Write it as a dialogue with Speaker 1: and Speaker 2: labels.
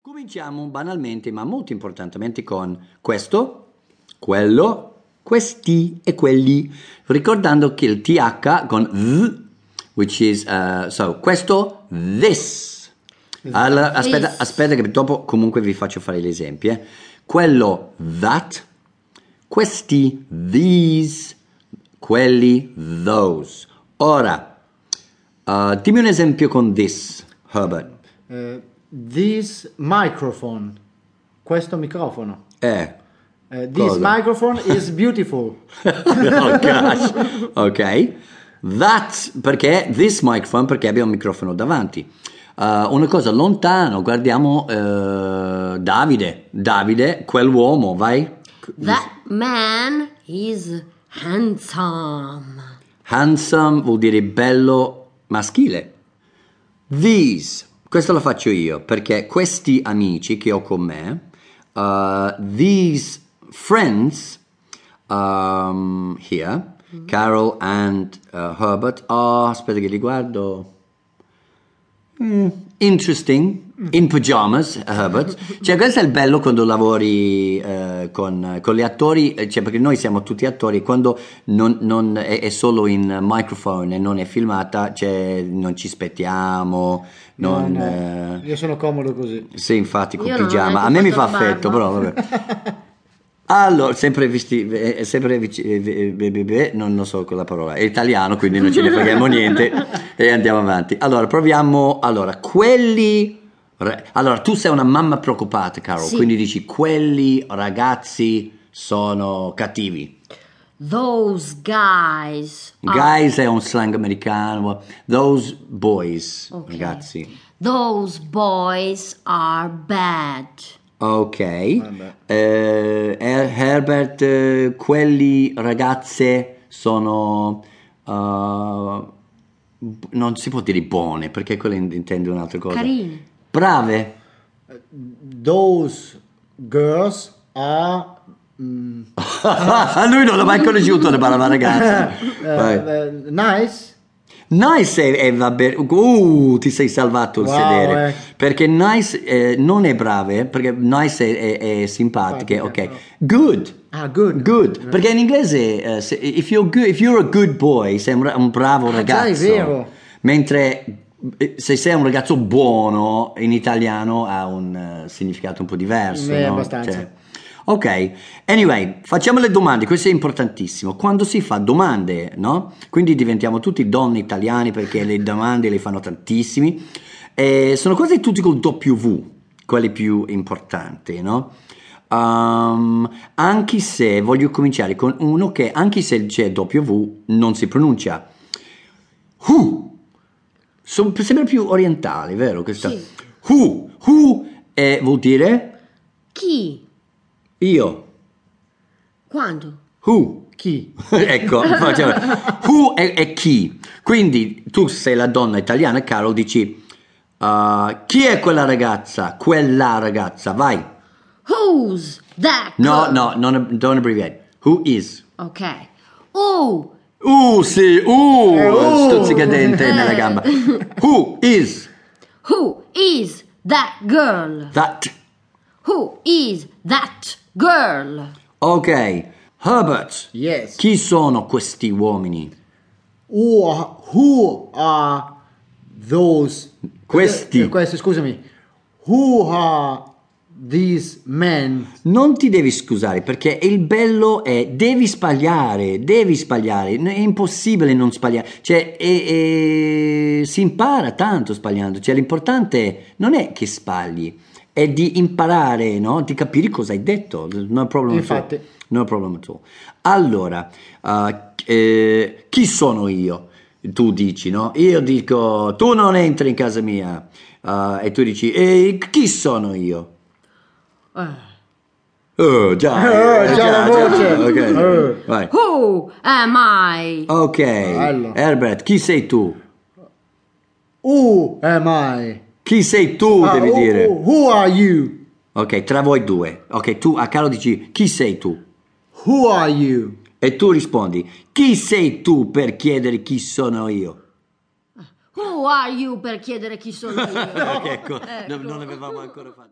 Speaker 1: Cominciamo banalmente, ma molto importantemente, con questo, quello, questi e quelli, ricordando che il TH con V, which is, so, questo, this. Allora, aspetta che dopo comunque vi faccio fare gli esempi. Quello, that, questi, these, quelli, those. Ora, dimmi un esempio con this, Herbert.
Speaker 2: This microphone. Questo microfono.
Speaker 1: This
Speaker 2: microphone is beautiful.
Speaker 1: Oh gosh. Ok. That, perché this microphone, perché abbiamo un microfono davanti. Una cosa lontano, guardiamo Davide, quell'uomo, vai.
Speaker 3: That man is handsome.
Speaker 1: Handsome vuol dire bello maschile. These, questo lo faccio io, perché questi amici che ho con me, these friends here, Carol and Herbert, aspetta che li guardo. Interesting, in pajamas, Herbert. Cioè, questo è il bello quando lavori con gli attori, cioè, perché noi siamo tutti attori, quando non è solo in microphone e non è filmata, cioè, non ci spettiamo.
Speaker 2: No. Io sono comodo così.
Speaker 1: Sì, infatti, con
Speaker 3: Io
Speaker 1: pigiama.
Speaker 3: non ho
Speaker 1: A me mi fa
Speaker 3: fatto
Speaker 1: affetto,
Speaker 3: barba.
Speaker 1: però vabbè. Allora, non so quella parola, è italiano, quindi non ce ne freghiamo niente e andiamo avanti. Allora, proviamo, allora, allora, tu sei una mamma preoccupata, Carol,
Speaker 3: Sì.
Speaker 1: quindi dici, quelli ragazzi sono cattivi.
Speaker 3: Those guys.
Speaker 1: Guys è un slang americano, those boys,
Speaker 3: Ok.
Speaker 1: ragazzi.
Speaker 3: Those boys are bad.
Speaker 1: Ok, Herbert, quelli ragazze sono, non si può dire buone, perché quello intende un'altra cosa.
Speaker 3: Carine.
Speaker 1: Brave.
Speaker 2: Those girls are
Speaker 1: Lui non l'ha mai conosciuto una brava ragazza. Vai.
Speaker 2: nice.
Speaker 1: Nice è va bene. Ti sei salvato il
Speaker 2: Wow,
Speaker 1: sedere. Perché nice non è brave, perché nice è simpatica, ok. Good. Good. Perché in inglese if you're a good boy, sei un bravo ragazzo.
Speaker 2: Già, è vero.
Speaker 1: Mentre se sei un ragazzo buono in italiano ha un significato un po' diverso, no?
Speaker 2: Abbastanza.
Speaker 1: Cioè, ok, anyway, facciamo le domande, questo è importantissimo. Quando si fa domande, no? Quindi diventiamo tutti donne italiani perché le domande le fanno tantissimi. Sono quasi tutti col W, quelli più importanti, no? Anche se voglio cominciare con uno che, anche se c'è W, non si pronuncia. Sembra più orientale, vero? Questa?
Speaker 3: Sì.
Speaker 1: Who vuol dire
Speaker 3: Chi?
Speaker 1: io.
Speaker 3: Quando?
Speaker 1: Who?
Speaker 2: Chi?
Speaker 1: Ecco, facciamo. Who è chi. Quindi tu sei la donna italiana, Carol, dici chi è quella ragazza? Quella ragazza, vai.
Speaker 3: Who's that
Speaker 1: No,
Speaker 3: girl?
Speaker 1: don't abbreviate. Who is?
Speaker 3: Ok. Oh,
Speaker 1: Sì, stuzzicadente nella gamba. Who is
Speaker 3: who is that girl?
Speaker 1: that?
Speaker 3: Who is that girl?
Speaker 1: Ok, Herbert.
Speaker 2: Yes.
Speaker 1: Chi sono questi uomini?
Speaker 2: Who are those?
Speaker 1: Questi.
Speaker 2: Questi, scusami. Who are these men?
Speaker 1: Non ti devi scusare perché il bello è devi sbagliare, è impossibile non sbagliare, cioè si impara tanto sbagliando, cioè l'importante non è che sbagli, è di imparare, no? Di capire cosa hai detto, no problem at all.
Speaker 2: Infatti.
Speaker 1: No problem at all. Allora, chi sono io? Tu dici, no? Io dico, tu non entri in casa mia, e tu dici, chi sono io?
Speaker 2: già la voce.
Speaker 1: Ok, vai.
Speaker 3: Who am I?
Speaker 1: Ok,
Speaker 2: Bello.
Speaker 1: Herbert, chi sei tu?
Speaker 2: Who am I?
Speaker 1: Chi sei tu, devi dire.
Speaker 2: Who are you?
Speaker 1: Ok, tra voi due. Ok, tu a Carlo dici, chi sei tu?
Speaker 2: Who are you?
Speaker 1: E tu rispondi, chi sei tu per chiedere chi sono io?
Speaker 3: Who are you per chiedere chi sono io?
Speaker 1: Ecco, non avevamo ancora fatto.